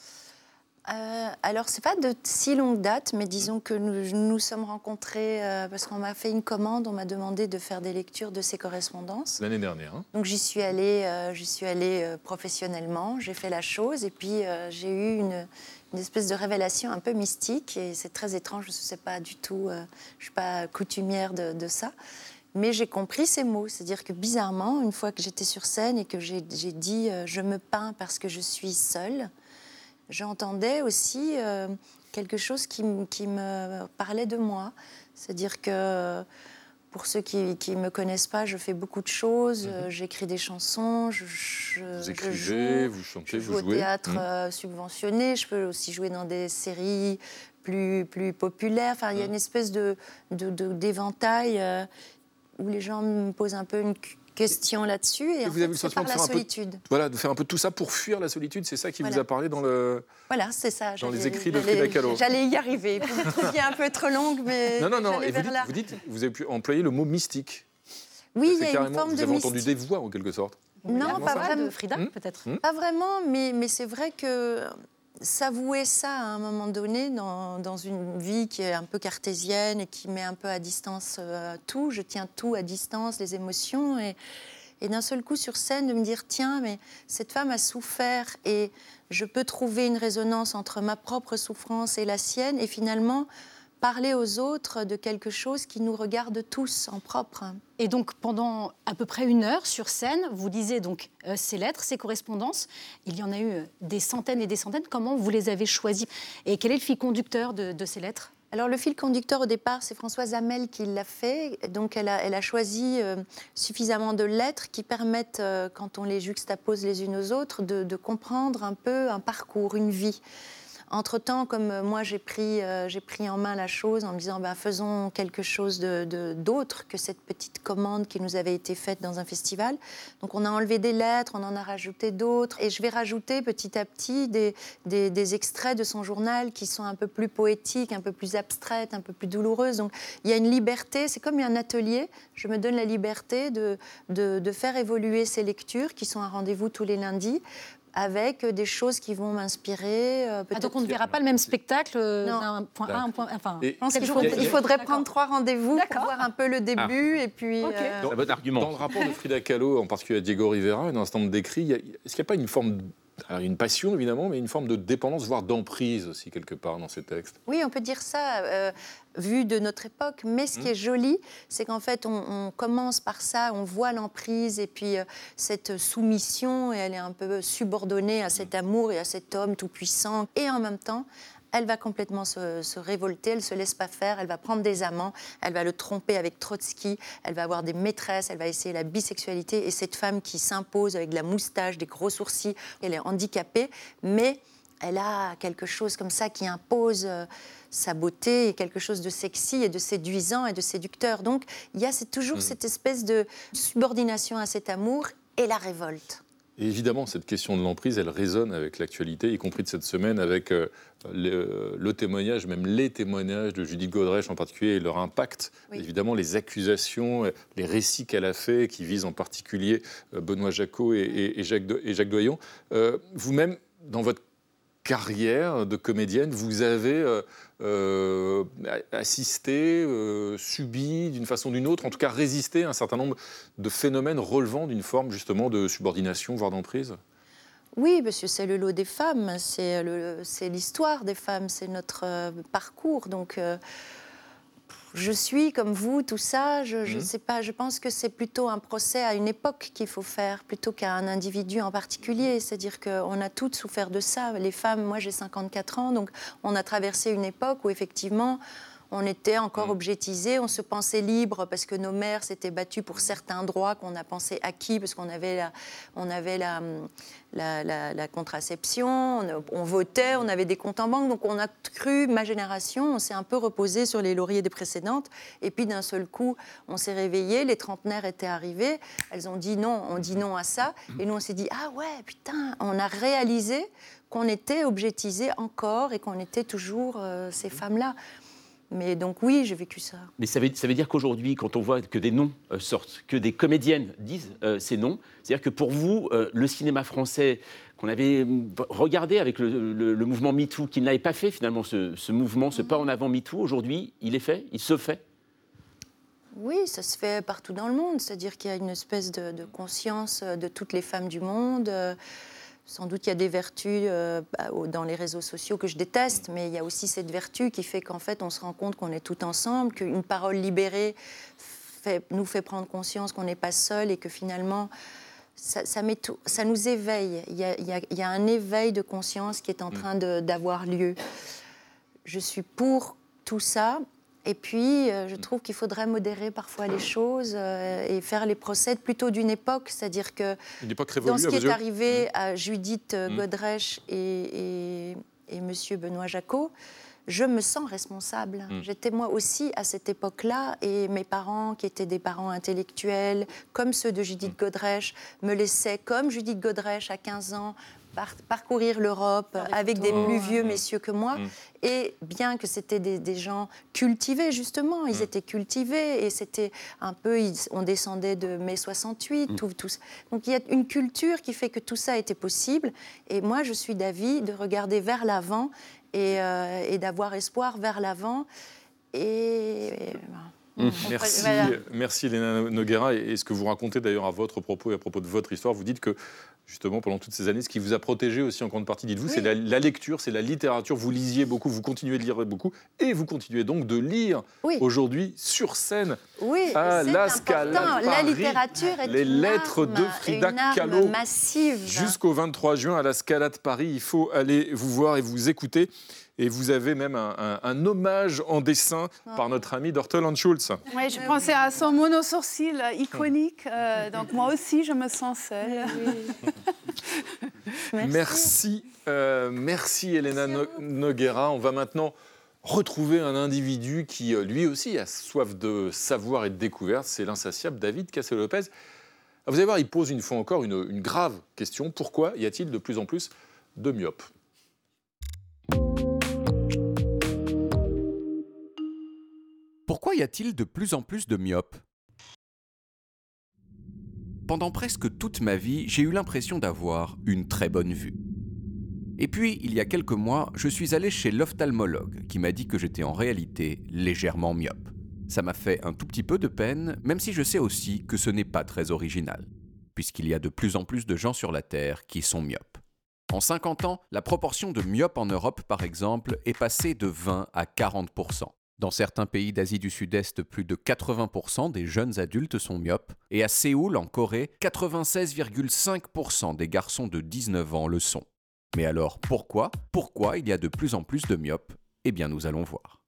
Q: Alors, ce n'est pas de si longue date, mais disons que nous sommes rencontrés parce qu'on m'a fait une commande, on m'a demandé de faire des lectures de ses correspondances.
A: L'année dernière.
Q: Donc, j'y suis allée professionnellement, j'ai fait la chose, et puis j'ai eu une espèce de révélation un peu mystique, et c'est très étrange, je ne sais pas du tout, je ne suis pas coutumière de ça. Mais j'ai compris ces mots, c'est-à-dire que bizarrement, une fois que j'étais sur scène et que j'ai dit « je me peins parce que je suis seule », j'entendais aussi quelque chose qui me parlait de moi. C'est-à-dire que, pour ceux qui ne me connaissent pas, je fais beaucoup de choses, j'écris des chansons,
A: vous écrivez, vous chantez, vous jouez.
Q: Je joue au théâtre subventionné, je peux aussi jouer dans des séries plus populaires. Enfin, il y a une espèce d'éventail où les gens me posent un peu une question là-dessus, et en
A: vous avez
Q: fait,
A: le
Q: c'est par la solitude.
A: De faire un peu tout ça pour fuir la solitude, c'est ça qui vous a parlé dans le...
Q: Voilà, c'est ça.
A: Dans les écrits de Frida Kahlo.
Q: J'allais y arriver. Vous me trouviez un peu trop longue, mais
A: non. Et vous avez pu employer le mot mystique.
Q: Oui, il y a une forme de mystique.
A: Vous avez entendu des voix, en quelque sorte.
Q: Non, pas vraiment.
D: De Frida, peut-être.
Q: Pas vraiment, mais c'est vrai que s'avouer ça à un moment donné dans une vie qui est un peu cartésienne et qui met un peu à distance tout, je tiens tout à distance, les émotions, et d'un seul coup sur scène de me dire tiens, mais cette femme a souffert et je peux trouver une résonance entre ma propre souffrance et la sienne, et finalement parler aux autres de quelque chose qui nous regarde tous en propre.
D: Et donc, pendant à peu près 1 heure sur scène, vous lisez donc ces lettres, ces correspondances. Il y en a eu des centaines et des centaines. Comment vous les avez choisies? Et quel est le fil conducteur de ces lettres?
Q: Alors, le fil conducteur, au départ, c'est Françoise Hamel qui l'a fait. Donc, elle a choisi suffisamment de lettres qui permettent, quand on les juxtapose les unes aux autres, de comprendre un peu un parcours, une vie. Entre-temps, comme moi, j'ai pris en main la chose en me disant faisons quelque chose d'autre que cette petite commande qui nous avait été faite dans un festival. Donc, on a enlevé des lettres, on en a rajouté d'autres. Et je vais rajouter petit à petit des extraits de son journal qui sont un peu plus poétiques, un peu plus abstraites, un peu plus douloureuses. Donc, il y a une liberté, c'est comme un atelier. Je me donne la liberté de faire évoluer ces lectures qui sont un rendez-vous tous les lundis, avec des choses qui vont m'inspirer.
D: Donc on ne verra pas le même spectacle d'un point A à un point...
Q: Enfin, je pense qu'il faudrait prendre 3 rendez-vous pour voir un peu le début. Et puis,
E: c'est un bon argument.
A: Dans le rapport de Frida Kahlo, en particulier à Diego Rivera, et dans un certain nombre d'écrits, est-ce qu'il n'y a pas une forme... Alors, une passion, évidemment, mais une forme de dépendance, voire d'emprise aussi, quelque part, dans ces textes?
Q: Oui, on peut dire ça, vu de notre époque. Mais ce qui est joli, c'est qu'en fait, on commence par ça, on voit l'emprise, et puis cette soumission, et elle est un peu subordonnée à cet amour et à cet homme tout-puissant. Et en même temps, elle va complètement se révolter, elle ne se laisse pas faire, elle va prendre des amants, elle va le tromper avec Trotsky, elle va avoir des maîtresses, elle va essayer la bisexualité. Et cette femme qui s'impose avec de la moustache, des gros sourcils, elle est handicapée, mais elle a quelque chose comme ça qui impose sa beauté, et quelque chose de sexy et de séduisant et de séducteur. Donc il y a toujours cette espèce de subordination à cet amour et la révolte.
A: Et évidemment, cette question de l'emprise, elle résonne avec l'actualité, y compris de cette semaine, avec le témoignage, même les témoignages de Judith Godrèche en particulier, et leur impact. Oui. Évidemment, les accusations, les récits qu'elle a faits, qui visent en particulier Benoît Jacot et Jacques Doyon. Vous-même, dans votre carrière de comédienne, vous avez assisté, subi d'une façon ou d'une autre, en tout cas résisté à un certain nombre de phénomènes relevant d'une forme justement de subordination, voire d'emprise?
Q: Oui, parce que c'est le lot des femmes, c'est l'histoire des femmes, c'est notre parcours. Donc je suis comme vous, tout ça, je sais pas, je pense que c'est plutôt un procès à une époque qu'il faut faire, plutôt qu'à un individu en particulier. C'est-à-dire qu'on a toutes souffert de ça. Les femmes, moi j'ai 54 ans, donc on a traversé une époque où effectivement on était encore objetisés, on se pensait libre parce que nos mères s'étaient battues pour certains droits qu'on a pensé acquis, parce qu'on avait la contraception, on votait, on avait des comptes en banque, donc on a cru, ma génération, on s'est un peu reposé sur les lauriers des précédentes, et puis d'un seul coup, on s'est réveillé, les trentenaires étaient arrivés, elles ont dit non, on dit non à ça, et nous on s'est dit ah ouais, putain, on a réalisé qu'on était objetisés encore et qu'on était toujours ces femmes-là. Mais donc oui, j'ai vécu ça.
E: Mais ça veut dire qu'aujourd'hui, quand on voit que des noms sortent, que des comédiennes disent ces noms, c'est-à-dire que pour vous, le cinéma français qu'on avait regardé avec le mouvement MeToo, qui n'avait pas fait finalement ce mouvement, ce pas en avant MeToo, aujourd'hui, il est fait, il se fait?
Q: Oui, ça se fait partout dans le monde. C'est-à-dire qu'il y a une espèce de conscience de toutes les femmes du monde. Sans doute, il y a des vertus dans les réseaux sociaux que je déteste, mais il y a aussi cette vertu qui fait qu'en fait, on se rend compte qu'on est tout ensemble, qu'une parole libérée nous fait prendre conscience qu'on n'est pas seul et que finalement, ça nous éveille. Il y a un éveil de conscience qui est en train d'avoir lieu. Je suis pour tout ça. Et puis, je trouve qu'il faudrait modérer parfois les choses et faire les procès plutôt d'une époque. C'est-à-dire que dans ce qui est arrivé à Judith Godrèche et M. Benoît Jacot, je me sens responsable. J'étais moi aussi à cette époque-là et mes parents, qui étaient des parents intellectuels, comme ceux de Judith Godrèche, me laissaient, comme Judith Godrèche à 15 ans, parcourir l'Europe avec des plus vieux messieurs que moi. Et bien que c'était des gens cultivés, justement, ils étaient cultivés et c'était un peu, on descendait de mai 68. Tout. Donc il y a une culture qui fait que tout ça était possible. Et moi, je suis d'avis de regarder vers l'avant et d'avoir espoir vers l'avant.
A: Merci Elena Noguera. Et ce que vous racontez d'ailleurs à votre propos et à propos de votre histoire, vous dites que justement pendant toutes ces années, ce qui vous a protégé aussi en grande partie, dites-vous, c'est la lecture, c'est la littérature. Vous lisiez beaucoup, vous continuez de lire beaucoup et vous continuez donc de lire aujourd'hui sur scène à la Scalade Paris,
Q: la littérature est
A: les lettres de Frida Kahlo
Q: massive.
A: Jusqu'au 23 juin à la Scalade Paris. Il faut aller vous voir et vous écouter. Et vous avez même un hommage en dessin par notre ami Dorthe Schulz.
J: Oui, je pensais à son monosourcil iconique. Donc moi aussi, je me sens seule.
A: Merci Elena Noguera. On va maintenant retrouver un individu qui, lui aussi, a soif de savoir et de découverte. C'est l'insatiable David Cassel-Lopez. Vous allez voir, il pose une fois encore une grave question. Pourquoi y a-t-il de plus en plus de myopes ?
R: Pourquoi y a-t-il de plus en plus de myopes ? Pendant presque toute ma vie, j'ai eu l'impression d'avoir une très bonne vue. Et puis, il y a quelques mois, je suis allé chez l'ophtalmologue qui m'a dit que j'étais en réalité légèrement myope. Ça m'a fait un tout petit peu de peine, même si je sais aussi que ce n'est pas très original, puisqu'il y a de plus en plus de gens sur la Terre qui sont myopes. En 50 ans, la proportion de myopes en Europe, par exemple, est passée de 20 à 40%. Dans certains pays d'Asie du Sud-Est, plus de 80% des jeunes adultes sont myopes. Et à Séoul, en Corée, 96,5% des garçons de 19 ans le sont. Mais alors, pourquoi il y a de plus en plus de myopes ? Eh bien, nous allons voir.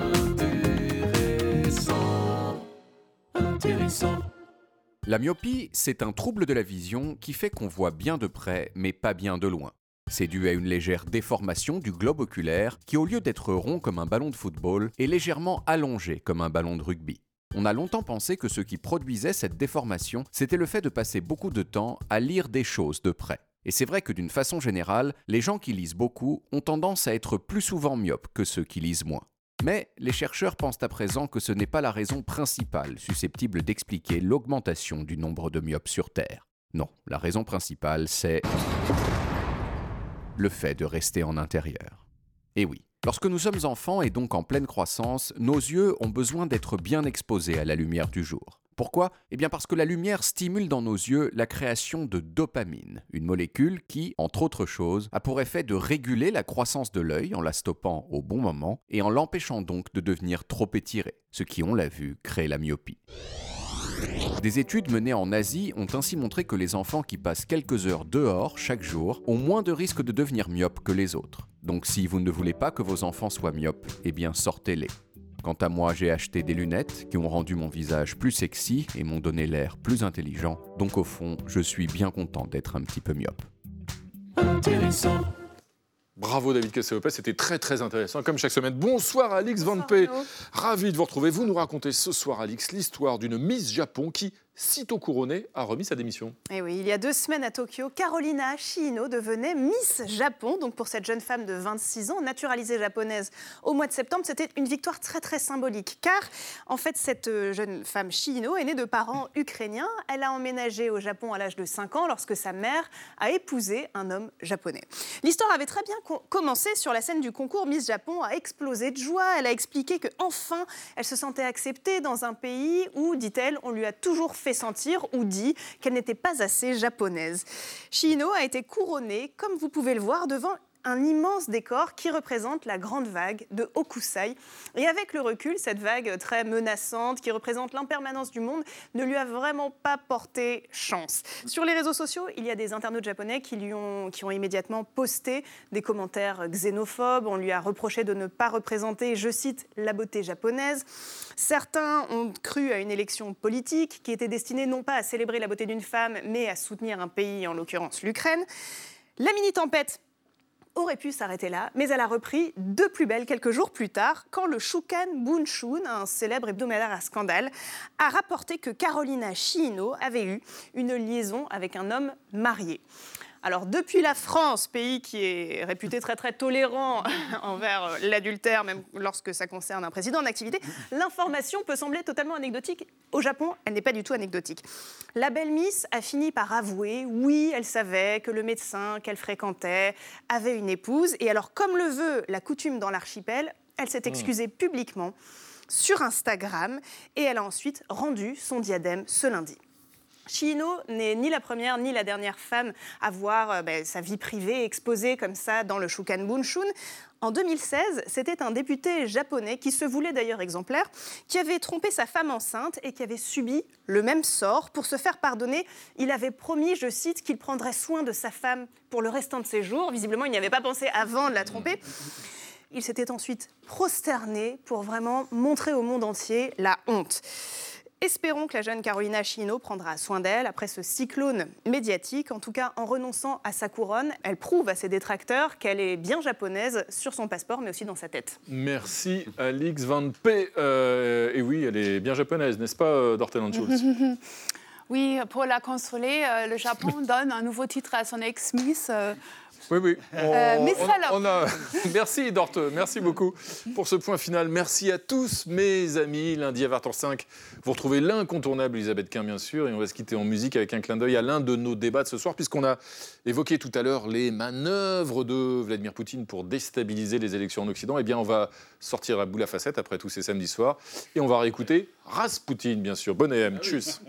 R: Intéressant. La myopie, c'est un trouble de la vision qui fait qu'on voit bien de près, mais pas bien de loin. C'est dû à une légère déformation du globe oculaire qui, au lieu d'être rond comme un ballon de football, est légèrement allongé comme un ballon de rugby. On a longtemps pensé que ce qui produisait cette déformation, c'était le fait de passer beaucoup de temps à lire des choses de près. Et c'est vrai que d'une façon générale, les gens qui lisent beaucoup ont tendance à être plus souvent myopes que ceux qui lisent moins. Mais les chercheurs pensent à présent que ce n'est pas la raison principale susceptible d'expliquer l'augmentation du nombre de myopes sur Terre. Non, la raison principale, c'est le fait de rester en intérieur. Et oui, lorsque nous sommes enfants et donc en pleine croissance, nos yeux ont besoin d'être bien exposés à la lumière du jour. Pourquoi ? Eh bien parce que la lumière stimule dans nos yeux la création de dopamine, une molécule qui, entre autres choses, a pour effet de réguler la croissance de l'œil en la stoppant au bon moment et en l'empêchant donc de devenir trop étiré, ce qui, on l'a vu, crée la myopie. Des études menées en Asie ont ainsi montré que les enfants qui passent quelques heures dehors chaque jour ont moins de risques de devenir myopes que les autres. Donc si vous ne voulez pas que vos enfants soient myopes, eh bien sortez-les. Quant à moi, j'ai acheté des lunettes qui ont rendu mon visage plus sexy et m'ont donné l'air plus intelligent. Donc au fond, je suis bien content d'être un petit peu myope. Intéressant.
A: Bravo David Cassel-Lopez, c'était très très intéressant comme chaque semaine. Bonsoir Alix Van P, ravi de vous retrouver. Vous nous racontez ce soir Alix l'histoire d'une Miss Japon qui, sitôt couronnée, a remis sa démission.
C: Et oui, il y a 2 semaines à Tokyo, Carolina Shiino devenait Miss Japon. Donc pour cette jeune femme de 26 ans, naturalisée japonaise au mois de septembre, c'était une victoire très très symbolique. Car en fait, cette jeune femme Shiino est née de parents ukrainiens. Elle a emménagé au Japon à l'âge de 5 ans lorsque sa mère a épousé un homme japonais. L'histoire avait très bien commencé sur la scène du concours. Miss Japon a explosé de joie. Elle a expliqué qu'enfin, elle se sentait acceptée dans un pays où, dit-elle, on lui a toujours fait sentir ou dit qu'elle n'était pas assez japonaise. Shiino a été couronnée, comme vous pouvez le voir, devant un immense décor qui représente la grande vague de Hokusai. Et avec le recul, cette vague très menaçante qui représente l'impermanence du monde ne lui a vraiment pas porté chance. Sur les réseaux sociaux, il y a des internautes japonais qui ont immédiatement posté des commentaires xénophobes. On lui a reproché de ne pas représenter, je cite, la beauté japonaise. Certains ont cru à une élection politique qui était destinée non pas à célébrer la beauté d'une femme, mais à soutenir un pays, en l'occurrence l'Ukraine. La mini-tempête aurait pu s'arrêter là, mais elle a repris de plus belle quelques jours plus tard, quand le Shukan Bunshun, un célèbre hebdomadaire à scandale, a rapporté que Carolina Shiino avait eu une liaison avec un homme marié. Alors, depuis la France, pays qui est réputé très très tolérant envers l'adultère, même lorsque ça concerne un président en activité, l'information peut sembler totalement anecdotique. Au Japon, elle n'est pas du tout anecdotique. La belle Miss a fini par avouer, oui, elle savait que le médecin qu'elle fréquentait avait une épouse. Et alors, comme le veut la coutume dans l'archipel, elle s'est excusée publiquement sur Instagram et elle a ensuite rendu son diadème ce lundi. Shiino n'est ni la première ni la dernière femme à voir sa vie privée exposée comme ça dans le Shukan Bunshun. En 2016, c'était un député japonais qui se voulait d'ailleurs exemplaire, qui avait trompé sa femme enceinte et qui avait subi le même sort. Pour se faire pardonner, il avait promis, je cite, qu'il prendrait soin de sa femme pour le restant de ses jours. Visiblement, il n'y avait pas pensé avant de la tromper. Il s'était ensuite prosterné pour vraiment montrer au monde entier la honte. Espérons que la jeune Carolina Shiino prendra soin d'elle après ce cyclone médiatique. En tout cas, en renonçant à sa couronne, elle prouve à ses détracteurs qu'elle est bien japonaise sur son passeport, mais aussi dans sa tête.
A: Merci Alix Van P. Et oui, elle est bien japonaise, n'est-ce pas, Dorthe Schultz?
J: Oui, pour la consoler, le Japon donne un nouveau titre à son ex-Miss.
A: Oui.
J: Miss
A: Merci Dorthe, merci beaucoup pour ce point final. Merci à tous mes amis. Lundi à 20h05, vous retrouvez l'incontournable Elisabeth Quint, bien sûr. Et on va se quitter en musique avec un clin d'œil à l'un de nos débats de ce soir, puisqu'on a évoqué tout à l'heure les manœuvres de Vladimir Poutine pour déstabiliser les élections en Occident. Eh bien, on va sortir à bout la facette après tous ces samedis soirs. Et on va réécouter Rasputin, bien sûr. Bonne AM, tchuss.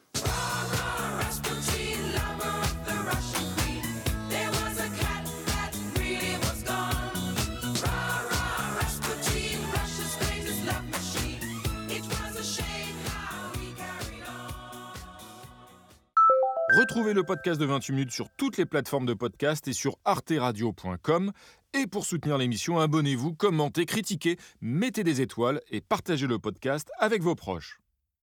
A: Retrouvez le podcast de 28 minutes sur toutes les plateformes de podcast et sur arteradio.com. Et pour soutenir l'émission, abonnez-vous, commentez, critiquez, mettez des étoiles et partagez le podcast avec vos proches.